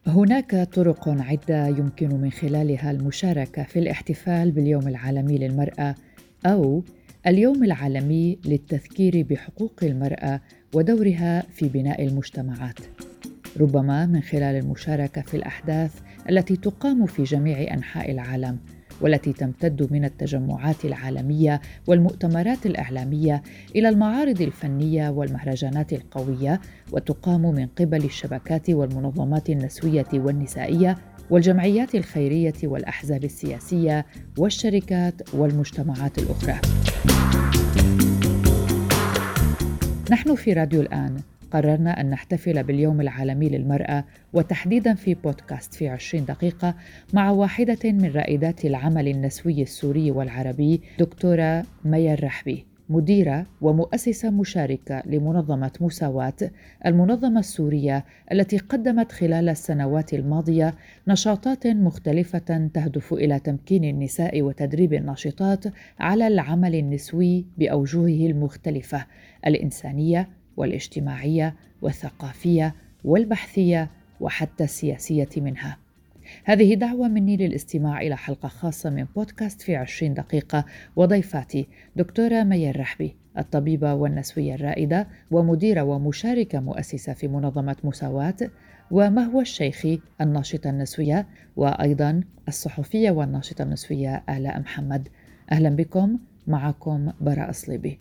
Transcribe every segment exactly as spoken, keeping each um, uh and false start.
هناك طرق عدة يمكن من خلالها المشاركة في الاحتفال باليوم العالمي للمرأة أو اليوم العالمي للتذكير بحقوق المرأة ودورها في بناء المجتمعات، ربما من خلال المشاركة في الأحداث التي تقام في جميع أنحاء العالم، والتي تمتد من التجمعات العالمية والمؤتمرات الإعلامية إلى المعارض الفنية والمهرجانات القوية، وتقام من قبل الشبكات والمنظمات النسوية والنسائية والجمعيات الخيرية والأحزاب السياسية والشركات والمجتمعات الأخرى. نحن في راديو الآن قررنا أن نحتفل باليوم العالمي للمرأة، وتحديداً في بودكاست في عشرين دقيقة مع واحدة من رائدات العمل النسوي السوري والعربي، دكتورة ميا الرحبي، مديرة ومؤسسة مشاركة لمنظمة مساواة، المنظمة السورية التي قدمت خلال السنوات الماضية نشاطات مختلفة تهدف إلى تمكين النساء وتدريب الناشطات على العمل النسوي بأوجهه المختلفة الإنسانية والاجتماعية والثقافية والبحثية وحتى السياسية منها. هذه دعوة مني للاستماع إلى حلقة خاصة من بودكاست في عشرين دقيقة، وضيفاتي دكتورة ميا الرحبي، الطبيبة والنسوية الرائدة ومديرة ومشاركة مؤسسة في منظمة مساواة، ومهوى الشيخي، الناشطة النسوية، وأيضا الصحفية والناشطة النسوية آلاء محمد. أهلا بكم، معكم براء صليبي.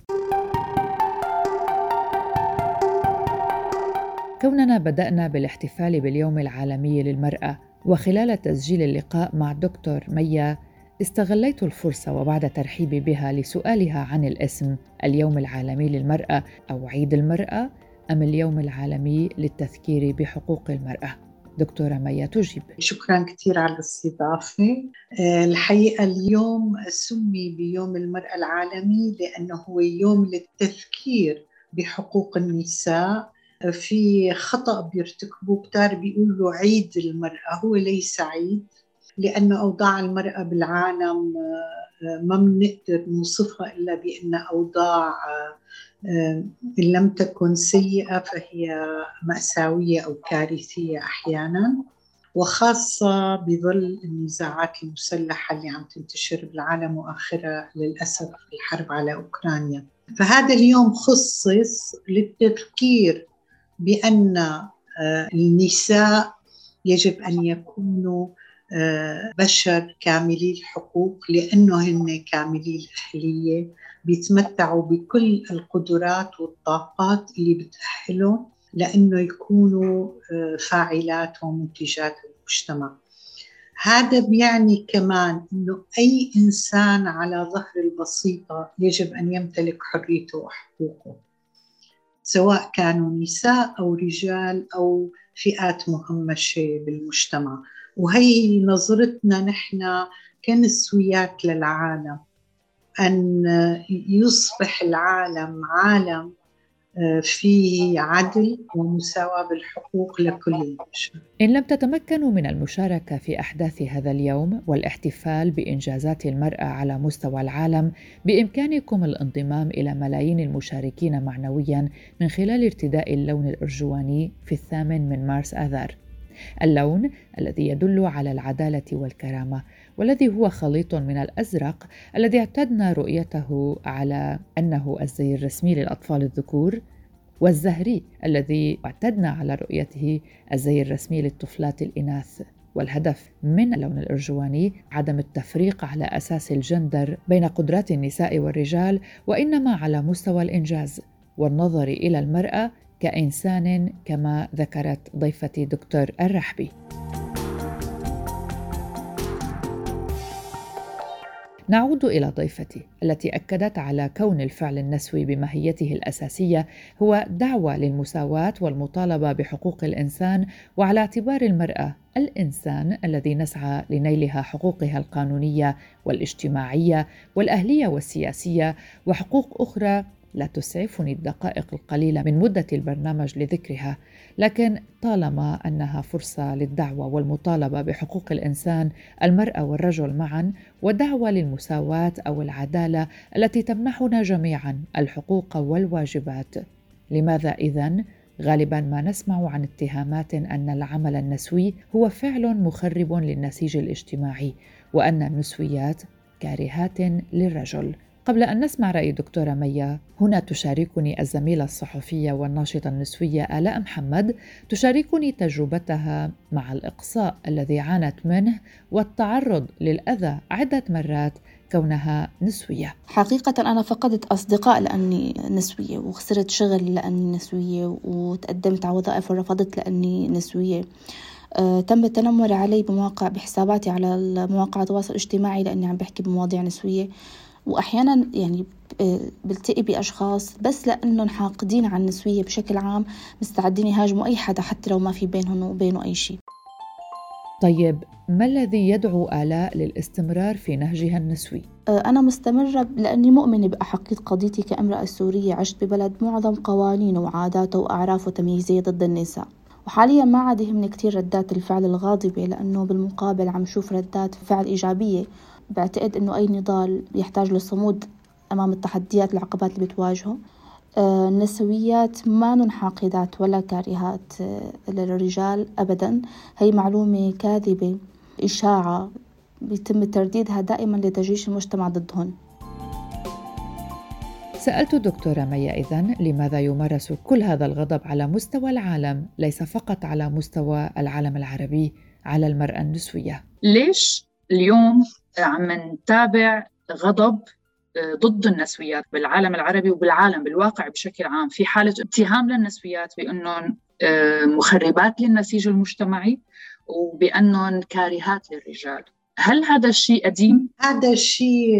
كوننا بدأنا بالاحتفال باليوم العالمي للمرأة، وخلال تسجيل اللقاء مع دكتور ميا استغليت الفرصة وبعد ترحيبي بها لسؤالها عن الاسم اليوم العالمي للمرأة، أو عيد المرأة، أم اليوم العالمي للتذكير بحقوق المرأة. دكتورة ميا تجيب. شكراً كثير على الاستضافة. الحقيقة اليوم سمي بيوم المرأة العالمي لأنه هو يوم للتذكير بحقوق النساء. في خطأ بيرتكبوه كتار بيقولوا عيد المرأة، هو ليس عيد، لأنه أوضاع المرأة بالعالم ما بنقدر نوصفها إلا بأن أوضاع إن لم تكن سيئة فهي مأساوية أو كارثية أحياناً، وخاصة بظل النزاعات المسلحة اللي عم تنتشر بالعالم، وآخرها للأسف الحرب على أوكرانيا. فهذا اليوم خصص للتذكير بأن النساء يجب أن يكونوا بشر كاملي الحقوق، لأنه هن كاملي الأهلية، بيتمتعوا بكل القدرات والطاقات اللي بتأهلهم لأنه يكونوا فاعلات ومنتجات المجتمع. هذا بيعني كمان أنه أي إنسان على ظهر البسيطة يجب أن يمتلك حريته وحقوقه، سواء كانوا نساء أو رجال أو فئات مهمشة بالمجتمع. وهي نظرتنا نحن كنسويات للعالم، أن يصبح العالم عالم فيه عدل ومساواة بالحقوق لكل البشر. إن لم تتمكنوا من المشاركة في أحداث هذا اليوم والاحتفال بإنجازات المرأة على مستوى العالم، بإمكانكم الانضمام إلى ملايين المشاركين معنوياً من خلال ارتداء اللون الأرجواني في الثامن من مارس آذار، اللون الذي يدل على العدالة والكرامة، والذي هو خليط من الأزرق الذي اعتدنا رؤيته على أنه الزي الرسمي للأطفال الذكور، والزهري الذي اعتدنا على رؤيته الزي الرسمي للطفلات الإناث. والهدف من اللون الأرجواني عدم التفريق على أساس الجندر بين قدرات النساء والرجال، وإنما على مستوى الإنجاز والنظر إلى المرأة كإنسان، كما ذكرت ضيفتي دكتور الرحبي. نعود إلى ضيفتي التي أكدت على كون الفعل النسوي بماهيته الأساسية هو دعوة للمساواة والمطالبة بحقوق الإنسان، وعلى اعتبار المرأة الإنسان الذي نسعى لنيلها حقوقها القانونية والاجتماعية والأهلية والسياسية، وحقوق أخرى لا تسعفني الدقائق القليلة من مدة البرنامج لذكرها، لكن طالما أنها فرصة للدعوة والمطالبة بحقوق الإنسان، المرأة والرجل معا، ودعوة للمساواة أو العدالة التي تمنحنا جميعا الحقوق والواجبات. لماذا إذن غالباً ما نسمع عن اتهامات أن العمل النسوي هو فعل مخرب للنسيج الاجتماعي وأن النسويات كارهات للرجل. قبل أن نسمع رأي دكتورة ميا، هنا تشاركني الزميلة الصحفية والناشطة النسوية آلاء محمد، تشاركني تجربتها مع الإقصاء الذي عانت منه والتعرض للأذى عدة مرات كونها نسوية. حقيقة أنا فقدت أصدقاء لأني نسوية، وخسرت شغل لأني نسوية، وتقدمت على وظائف ورفضت لأني نسوية. أه تم التنمر علي بمواقع بحساباتي على مواقع التواصل الاجتماعي لأني عم بحكي بمواضيع نسوية. وأحيانا يعني بلتقي بأشخاص بس لأنهم حاقدين على النسوية بشكل عام مستعدين يهاجموا أي حدا حتى لو ما في بينهم وبينه أي شيء. طيب ما الذي يدعو آلاء للاستمرار في نهجها النسوي؟ أنا مستمرة لأني مؤمنة بأحقية قضيتي كامرأة سورية عشت ببلد معظم قوانينه وعاداته وأعرافه تمييزية ضد النساء، وحاليا ما عاد يهمني كتير ردات الفعل الغاضبة لأنه بالمقابل عم شوف ردات فعل إيجابية. بعتقد أنه أي نضال يحتاج للصمود أمام التحديات والعقبات اللي بتواجهه. آه النسويات ما ننحاقدات ولا كارهات آه للرجال أبدا، هي معلومة كاذبة، إشاعة بيتم ترديدها دائما لتجيش المجتمع ضدهن. سألت دكتورة ميا إذن لماذا يمارس كل هذا الغضب على مستوى العالم ليس فقط على مستوى العالم العربي على المرأة النسوية؟ ليش اليوم عم نتابع غضب ضد النسويات بالعالم العربي وبالعالم بالواقع بشكل عام، في حالة اتهام للنسويات بأنهم مخربات للنسيج المجتمعي وبأنهم كارهات للرجال؟ هل هذا الشيء قديم؟ هذا الشيء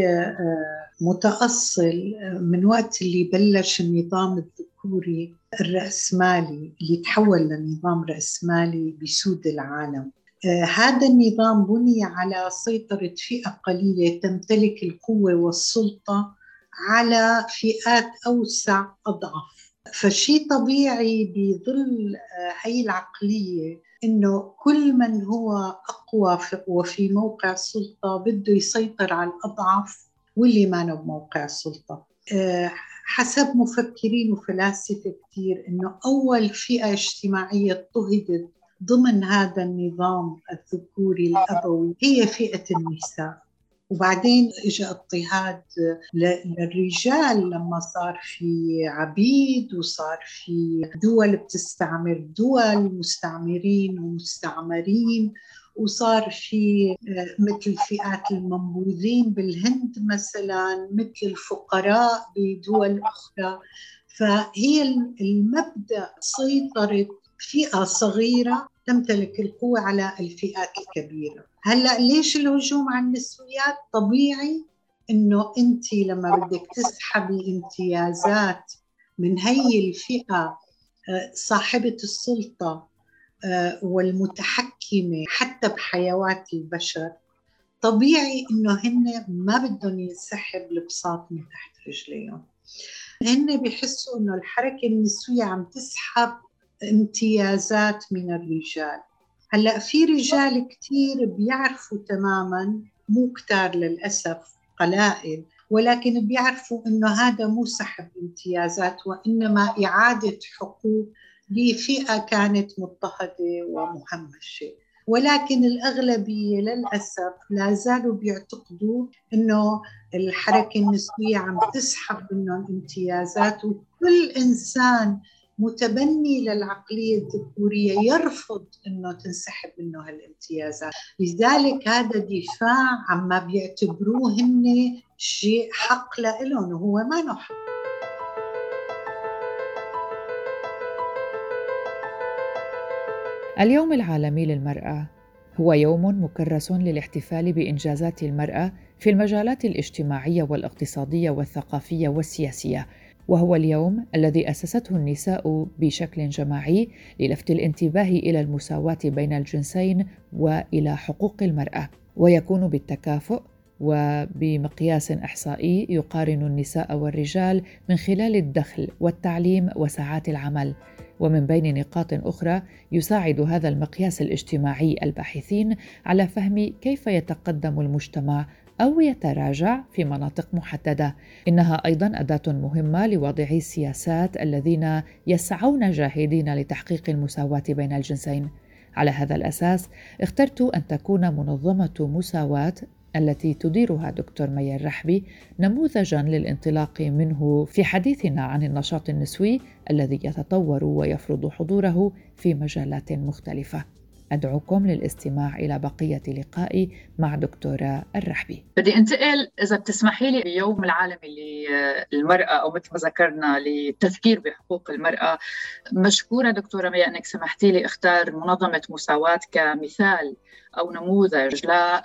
متأصل من وقت اللي بلش النظام الذكوري الرأسمالي اللي تحول لنظام رأسمالي بسود العالم. هذا النظام بني على سيطرة فئة قليلة تمتلك القوة والسلطة على فئات أوسع أضعف، فشي طبيعي بظل هاي العقلية إنه كل من هو أقوى وفي موقع السلطة بده يسيطر على الأضعف واللي ما له بموقع السلطة. حسب مفكرين وفلاسفة كتير إنه أول فئة اجتماعية اضطهدت ضمن هذا النظام الذكوري الأبوي هي فئة النساء، وبعدين إجا اضطهاد للرجال لما صار في عبيد وصار في دول بتستعمر دول، مستعمرين ومستعمرين، وصار في مثل فئات المنبوذين بالهند مثلا، مثل الفقراء بدول أخرى. فهي المبدأ سيطرة فئة صغيرة تمتلك القوة على الفئات الكبيرة. هلأ ليش الهجوم على النسويات؟ طبيعي إنه أنت لما بدك تسحبي امتيازات من هي الفئة صاحبة السلطة والمتحكمة حتى بحيوات البشر، طبيعي إنه هن ما بدهم ينسحب البساط من تحت رجليهم. هن بيحسوا إنه الحركة النسوية عم تسحب امتيازات من الرجال. هلأ في رجال كتير بيعرفوا تماماً، مو كتار للأسف، قلائل، ولكن بيعرفوا إنه هذا مو سحب امتيازات وإنما إعادة حقوق لفئة كانت مضطهدة ومهمشة. ولكن الأغلبية للأسف لا زالوا بيعتقدوا إنه الحركة النسوية عم تسحب منهم امتيازات، وكل إنسان متبني للعقلية الذكورية يرفض إنه تنسحب منه هالامتيازات. لذلك هذا دفاع عما بيعتبروه هن شيء حق لهم وهو ما له حق. اليوم العالمي للمرأة هو يوم مكرس للاحتفال بإنجازات المرأة في المجالات الاجتماعية والاقتصادية والثقافية والسياسية، وهو اليوم الذي أسسته النساء بشكل جماعي للفت الانتباه إلى المساواة بين الجنسين وإلى حقوق المرأة، ويكون بالتكافؤ وبمقياس إحصائي يقارن النساء والرجال من خلال الدخل والتعليم وساعات العمل. ومن بين نقاط أخرى يساعد هذا المقياس الاجتماعي الباحثين على فهم كيف يتقدم المجتمع أو يتراجع في مناطق محددة. إنها أيضاً أداة مهمة لوضعي السياسات الذين يسعون جاهدين لتحقيق المساواة بين الجنسين. على هذا الأساس اخترت أن تكون منظمة مساواة التي تديرها دكتور مي الرحبي نموذجاً للانطلاق منه في حديثنا عن النشاط النسوي الذي يتطور ويفرض حضوره في مجالات مختلفة. أدعوكم للاستماع إلى بقية لقائي مع دكتورة الرحبي. بدي انتقل إذا بتسمحي لي اليوم العالمي للمرأة، أو مثل ما ذكرنا للتفكير بحقوق المرأة. مشكورة دكتورة مي أنك سمحتي لي اختار منظمة مساواة كمثال أو نموذج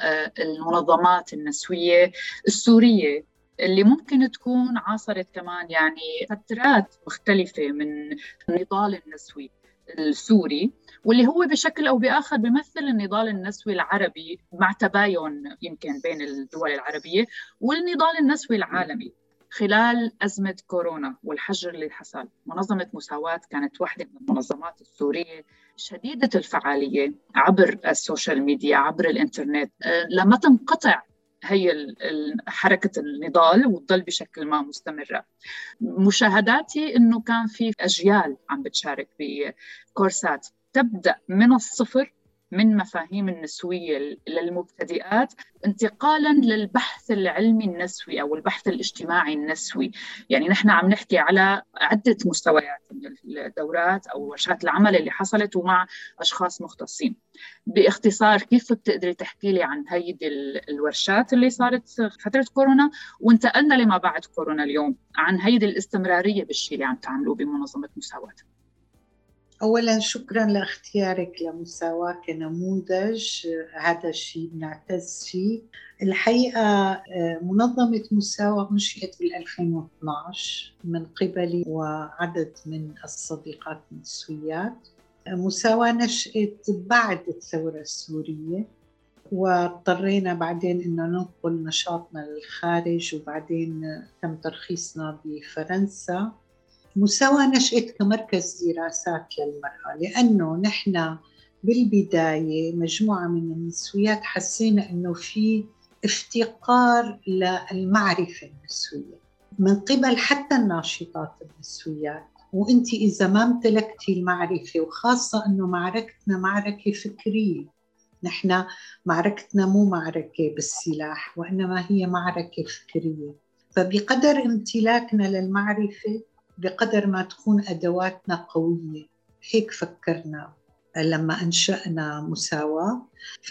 للمنظمات النسوية السورية اللي ممكن تكون عاصرت كمان يعني فترات مختلفة من النضال النسوي السوري، واللي هو بشكل أو بآخر بيمثل النضال النسوي العربي مع تباين يمكن بين الدول العربية والنضال النسوي العالمي. خلال أزمة كورونا والحجر اللي حصل، منظمة مساواة كانت واحدة من المنظمات السورية شديدة الفعالية عبر السوشيال ميديا، عبر الإنترنت، لما تنقطع هي حركة النضال وتضل بشكل ما مستمرة. مشاهداتي إنه كان في أجيال عم بتشارك بكورسات تبدأ من الصفر، من مفاهيم النسوية للمبتدئات انتقالاً للبحث العلمي النسوي أو البحث الاجتماعي النسوي. يعني نحن عم نحكي على عدة مستويات من الدورات أو ورشات العمل اللي حصلت ومع أشخاص مختصين. باختصار، كيف بتقدري تحكي لي عن هيدي الورشات اللي صارت فترة كورونا وانتقلنا لما بعد كورونا اليوم، عن هيدي الاستمرارية بالشيء اللي عم تعملوه بمنظمة مساواة؟ أولاً شكراً لاختيارك لمساواة كنموذج، هذا الشيء بنعتز فيه. الحقيقة منظمة مساواة نشأت بال ألفين واثناشر من قبلي وعدد من الصديقات النسويات. مساواة نشأت بعد الثورة السورية، واضطرينا بعدين إنه ننقل نشاطنا للخارج، وبعدين تم ترخيصنا بفرنسا. مساواة نشأت كمركز دراسات للمرأة، لأنه نحن بالبداية مجموعة من النسويات حسينا أنه في افتقار للمعرفة النسوية من قبل حتى الناشطات النسويات. وإنتي إذا ما امتلكتي المعرفة، وخاصة أنه معركتنا معركة فكرية، نحن معركتنا مو معركة بالسلاح وإنما هي معركة فكرية، فبقدر امتلاكنا للمعرفة بقدر ما تكون أدواتنا قوية. هيك فكرنا لما أنشأنا مساواة،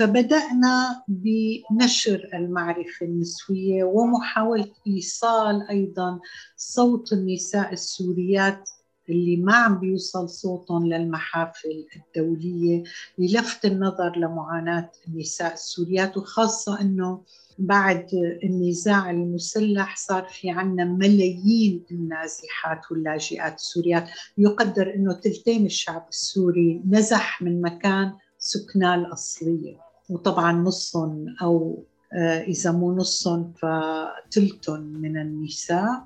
فبدأنا بنشر المعرفة النسوية ومحاولة إيصال أيضاً صوت النساء السوريات اللي ما عم بيوصل صوتهم للمحافل الدولية، للفت النظر لمعاناة النساء السوريات. وخاصة أنه بعد النزاع المسلح صار في عنا ملايين النازحات واللاجئات السوريات، يقدر أنه تلتين الشعب السوري نزح من مكان سكناه الأصلية، وطبعا نصهم أو إذا مو نصهم فتلتهم من النساء.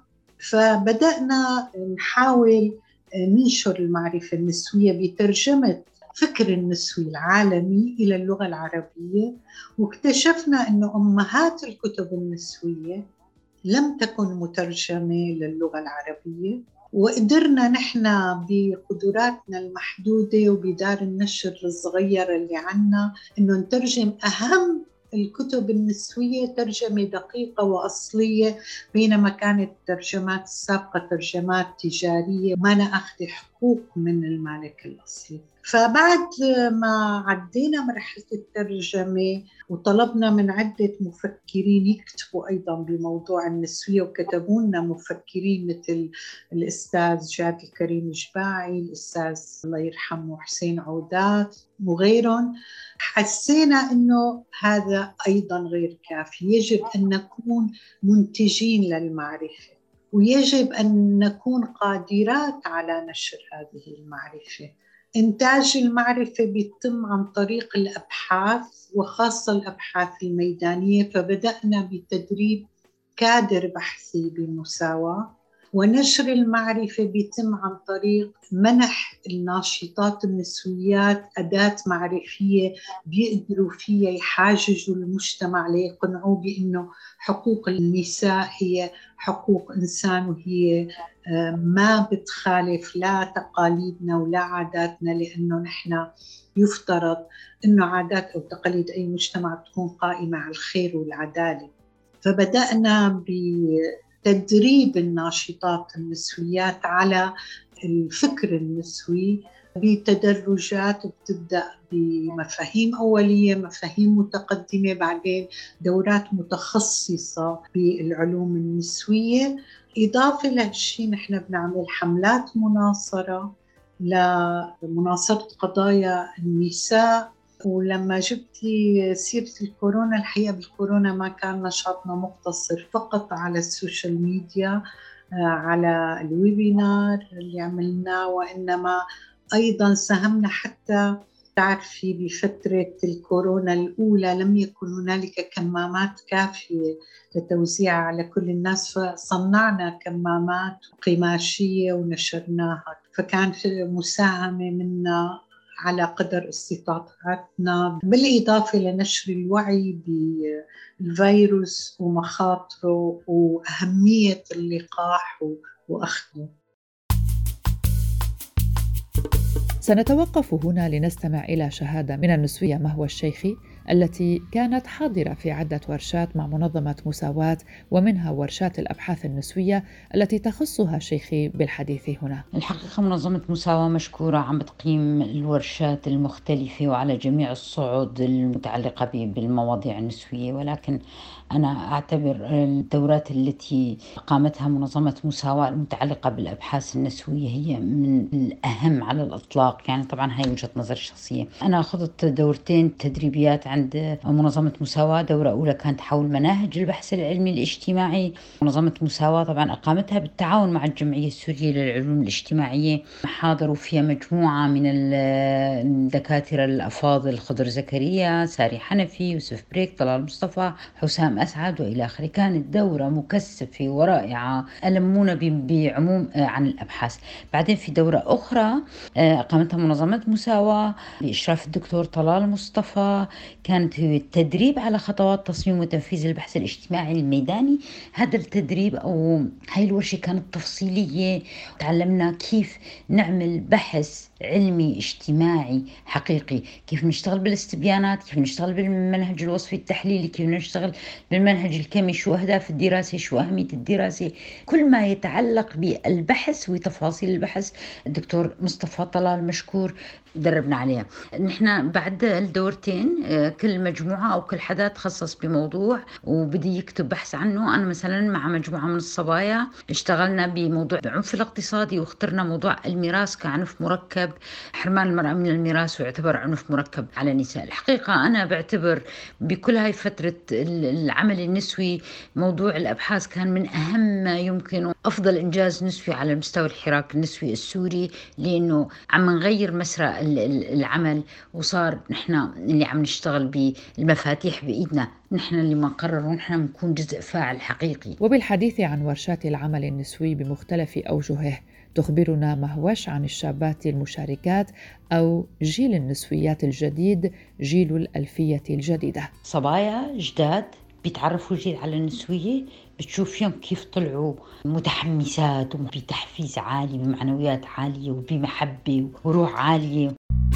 فبدأنا نحاول ننشر المعرفة النسوية بترجمة فكر النسوي العالمي إلى اللغة العربية، واكتشفنا أن أمهات الكتب النسوية لم تكن مترجمة للغة العربية، وقدرنا نحن بقدراتنا المحدودة وبدار النشر الصغيرة اللي عنا أنه نترجم أهم الكتب النسوية ترجمة دقيقة وأصلية، بينما كانت الترجمات السابقة ترجمات تجارية ما نأخذ حقوق من المالك الأصلي. فبعد ما عدينا مرحلة الترجمة وطلبنا من عدة مفكرين يكتبوا أيضاً بموضوع النسوية، وكتبوا لنا مفكرين مثل الأستاذ جاد الكريم جباعي، الأستاذ الله يرحمه حسين عودات وغيرهم، حسينا أنه هذا أيضاً غير كافي. يجب أن نكون منتجين للمعرفة، ويجب أن نكون قادرات على نشر هذه المعرفة. إنتاج المعرفة بيتم عن طريق الأبحاث وخاصة الأبحاث الميدانية، فبدأنا بتدريب كادر بحثي بالمساواة، ونشر المعرفة بيتم عن طريق منح الناشطات النسويات أداة معرفية بيقدروا فيها يحاججوا المجتمع ليقنعوا بأنه حقوق النساء هي حقوق إنسان، وهي ما بتخالف لا تقاليدنا ولا عاداتنا، لأنه نحن يفترض أنه عادات أو تقاليد أي مجتمع تكون قائمة على الخير والعدالة. فبدأنا بتدريب الناشطات النسويات على الفكر النسوي بتدرجات، بتبدأ بمفاهيم أولية، مفاهيم متقدمة، بعدين دورات متخصصة بالعلوم النسوية. إضافة لهالشي نحن بنعمل حملات مناصرة لمناصرة قضايا النساء. ولما جبتي سيرة الكورونا، الحقيقة بالكورونا ما كان نشاطنا مقتصر فقط على السوشيال ميديا، على الويبينار اللي عملناه، وإنما أيضا ساهمنا حتى تعرفي بفترة الكورونا الأولى لم يكن هنالك كمامات كافية لتوزيع على كل الناس، فصنعنا كمامات قماشية ونشرناها، فكان في مساهمة منا على قدر استطاعتنا، بالإضافة لنشر الوعي بالفيروس ومخاطره وأهمية اللقاح وأخذه. سنتوقف هنا لنستمع إلى شهادة من النسوية مهوى الشيخي التي كانت حاضرة في عدة ورشات مع منظمة مساواة، ومنها ورشات الأبحاث النسوية التي تخصها شيخي بالحديث هنا. الحقيقة منظمة مساواة مشكورة عم بتقيم الورشات المختلفة وعلى جميع الصعود المتعلقة بالمواضيع النسوية، ولكن أنا أعتبر الدورات التي قامتها منظمة مساواة المتعلقة بالأبحاث النسوية هي من الأهم على الإطلاق. يعني طبعا هاي وجهة نظر شخصية. أنا أخذت دورتين تدريبيات عند منظمة مساواة. دورة أولى كانت حول مناهج البحث العلمي الاجتماعي. منظمة مساواة طبعا أقامتها بالتعاون مع الجمعية السورية للعلوم الاجتماعية، حاضروا فيها مجموعة من الدكاترة الأفاضل، خضر زكريا، ساري حنفي، يوسف بريك، طلال مصطفى، حسام أسعد وإلى آخره. كانت دورة مكثفة ورائعة، ألمونا بعموم عن الأبحاث. بعدين في دورة أخرى أقامتها منظمة مساواة بإشراف الدكتور طلال مصطفى، كانت هي التدريب على خطوات تصميم وتنفيذ البحث الاجتماعي الميداني. هذا التدريب أو هاي الورشة كانت تفصيلية، تعلمنا كيف نعمل بحث علمي اجتماعي حقيقي، كيف نشتغل بالاستبيانات، كيف نشتغل بالمنهج الوصفي التحليلي، كيف نشتغل بالمنهج الكمي، شو أهداف الدراسة، شو أهمية الدراسة، كل ما يتعلق بالبحث وتفاصيل البحث. الدكتور مصطفى طلال مشكور دربنا عليها. نحن بعد الدورتين كل مجموعة أو كل حدا تخصص بموضوع وبدي يكتب بحث عنه. أنا مثلا مع مجموعة من الصبايا اشتغلنا بموضوع العنف الاقتصادي، واخترنا موضوع الميراث كعنف مركب، حرمان المرأة من الميراث ويعتبر عنف مركب على النساء. الحقيقة أنا بعتبر بكل هاي فترة العمل النسوي موضوع الأبحاث كان من أهم ما يمكن، أفضل إنجاز نسوي على مستوى الحراك النسوي السوري، لأنه عم نغير مسرى العمل، وصار نحن اللي عم نشتغل بالمفاتيح بإيدنا، نحن اللي ما نقرر، ونحن نكون جزء فاعل حقيقي. وبالحديث عن ورشات العمل النسوي بمختلف أوجهه، تخبرنا مهوش عن الشابات المشاركات أو جيل النسويات الجديد، جيل الألفية الجديدة. صبايا جداد بيتعرفوا جديد على النسوية، بتشوف فيهم كيف طلعوا متحمسات وبتحفيز عالي، بمعنويات عالية وبمحبة وروح عالية.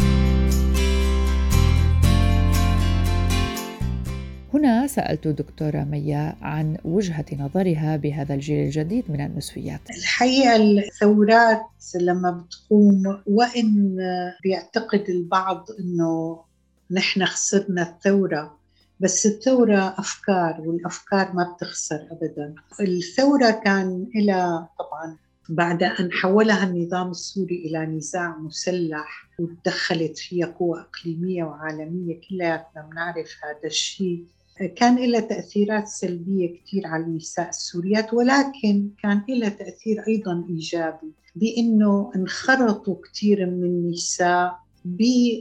هنا سألت دكتورة ميا عن وجهة نظرها بهذا الجيل الجديد من النسويات. الحقيقة الثورات لما بتقوم، وإن بيعتقد البعض إنه نحن خسرنا الثورة، بس الثورة أفكار، والأفكار ما بتخسر أبداً. الثورة كان إلى طبعاً بعد أن حولها النظام السوري إلى نزاع مسلح وتدخلت فيها قوى إقليمية وعالمية، كلياتنا بنعرف هذا الشيء، كان إلى تأثيرات سلبية كتير على النساء السوريات، ولكن كان إلى تأثير أيضاً إيجابي، بأنه انخرطوا كتير من النساء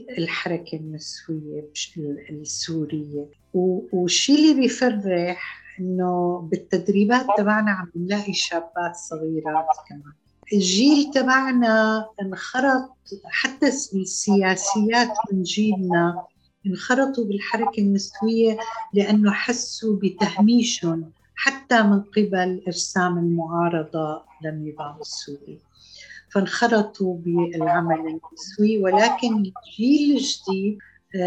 بالحركة النسوية السورية. والشيء اللي بيفرح إنه بالتدريبات تبعنا عم نلاقي شابات صغيرات كمان. الجيل تبعنا انخرط، حتى السياسيات من جيلنا انخرطوا بالحركة النسوية لأنه حسوا بتهميشهم حتى من قبل أجسام المعارضة للنظام السوري، فانخرطوا بالعمل النسوي. ولكن الجيل الجديد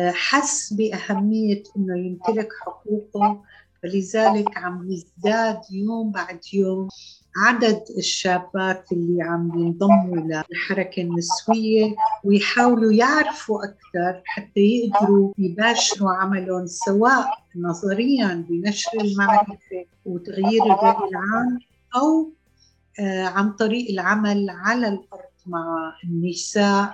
حس بأهمية أنه يمتلك حقوقه، فلذلك عم يزداد يوم بعد يوم عدد الشابات اللي عم ينضموا للحركة النسوية ويحاولوا يعرفوا أكثر حتى يقدروا يباشروا عملهم، سواء نظرياً بنشر المعرفة وتغيير الرأي العام، أو عن طريق العمل على الأرض مع النساء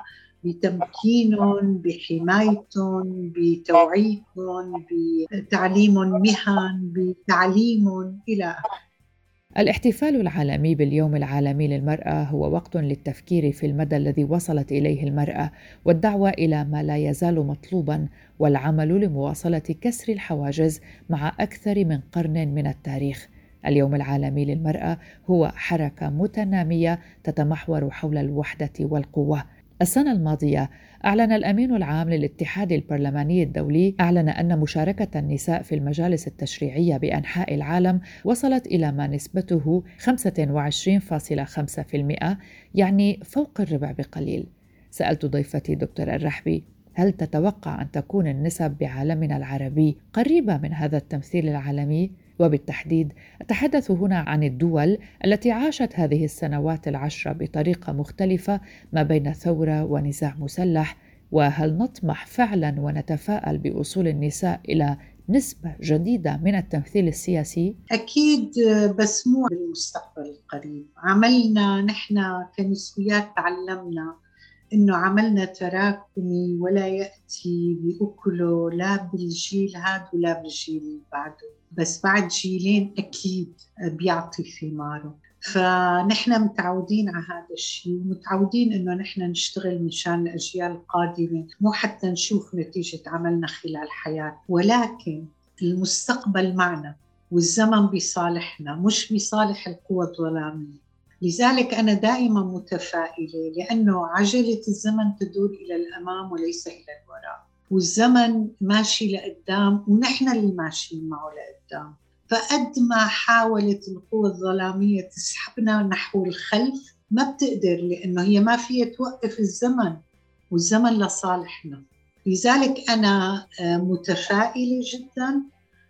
بتمكينهم، بحمايتهم، بتوعيتهم، بتعليمهم مهن، بتعليمهم إلى آخره. الاحتفال العالمي باليوم العالمي للمرأة هو وقت للتفكير في المدى الذي وصلت إليه المرأة والدعوة إلى ما لا يزال مطلوباً، والعمل لمواصلة كسر الحواجز مع أكثر من قرن من التاريخ. اليوم العالمي للمرأة هو حركة متنامية تتمحور حول الوحدة والقوة. السنة الماضية أعلن الأمين العام للاتحاد البرلماني الدولي أعلن أن مشاركة النساء في المجالس التشريعية بأنحاء العالم وصلت إلى ما نسبته خمسة وعشرين فاصلة خمسة بالمئة، يعني فوق الربع بقليل. سألت ضيفتي دكتور الرحبي هل تتوقع أن تكون النسب بعالمنا العربي قريبة من هذا التمثيل العالمي؟ وبالتحديد أتحدث هنا عن الدول التي عاشت هذه السنوات العشرة بطريقة مختلفة ما بين ثورة ونزاع مسلح، وهل نطمح فعلا ونتفائل بوصول النساء إلى نسبة جديدة من التمثيل السياسي؟ أكيد، بس مو بالمستقبل القريب. عملنا نحن كنسويات تعلمنا إنه عملنا تراكمي ولا يأتي بأكله لا بالجيل هذا ولا بالجيل اللي بعده، بس بعد جيلين أكيد بيعطي ثماره. فنحن متعودين على هذا الشيء، ومتعودين إنه نحن نشتغل مشان الأجيال القادمة، مو حتى نشوف نتيجة عملنا خلال الحياة، ولكن المستقبل معنا والزمن بصالحنا مش بصالح القوى الظلامية. لذلك أنا دائما متفائلة، لأنه عجلة الزمن تدور إلى الأمام وليس إلى الوراء، والزمن ماشي لقدام ونحن اللي ماشيين معه لقدام. فقد ما حاولت القوى الظلامية تسحبنا نحو الخلف ما بتقدر، لأنه هي ما فيها توقف الزمن، والزمن لصالحنا. لذلك أنا متفائلة جدا،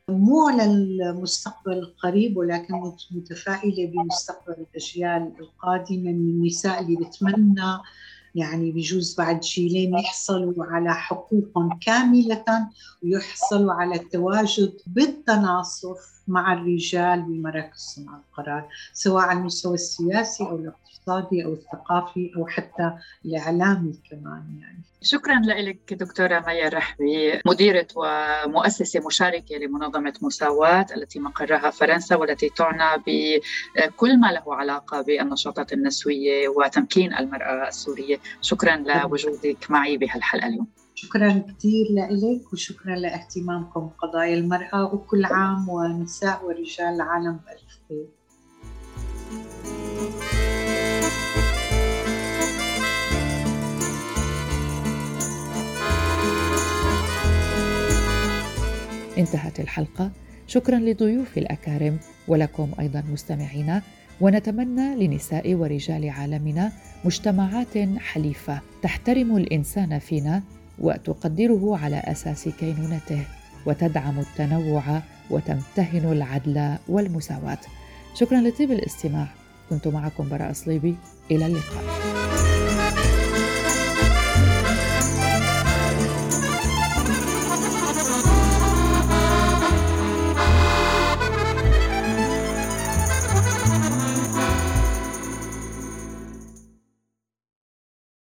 مو للمستقبل القريب ولكن متفائلة بمستقبل الأجيال القادمة من النساء اللي بتمنى يعني بجوز بعد جيلين يحصلوا على حقوقهم كاملة ويحصلوا على التواجد بالتناصف مع الرجال بمراكز صنع القرار، سواء على المستوى السياسي أو الاقتصادي أو الثقافي أو حتى الإعلامي كمان. يعني شكراً لك دكتورة مايا الرحبي، مديرة ومؤسسة مشاركة لمنظمة مساواة التي مقرها فرنسا، والتي تعنى بكل ما له علاقة بالنشاطات النسوية وتمكين المرأة السورية. شكراً لوجودك معي بهالحلقة اليوم. شكراً كثير لك، وشكراً لاهتمامكم بقضايا المرأة، وكل عام ونساء ورجال العالم بألف خير. انتهت الحلقة. شكراً لضيوف الأكارم ولكم أيضاً مستمعينا، ونتمنى لنساء ورجال عالمنا مجتمعات حليفة تحترم الإنسان فينا وتقدره على أساس كينونته، وتدعم التنوع وتمتهن العدل والمساواة. شكراً لطيب الاستماع. كنت معكم براء صليبي، إلى اللقاء.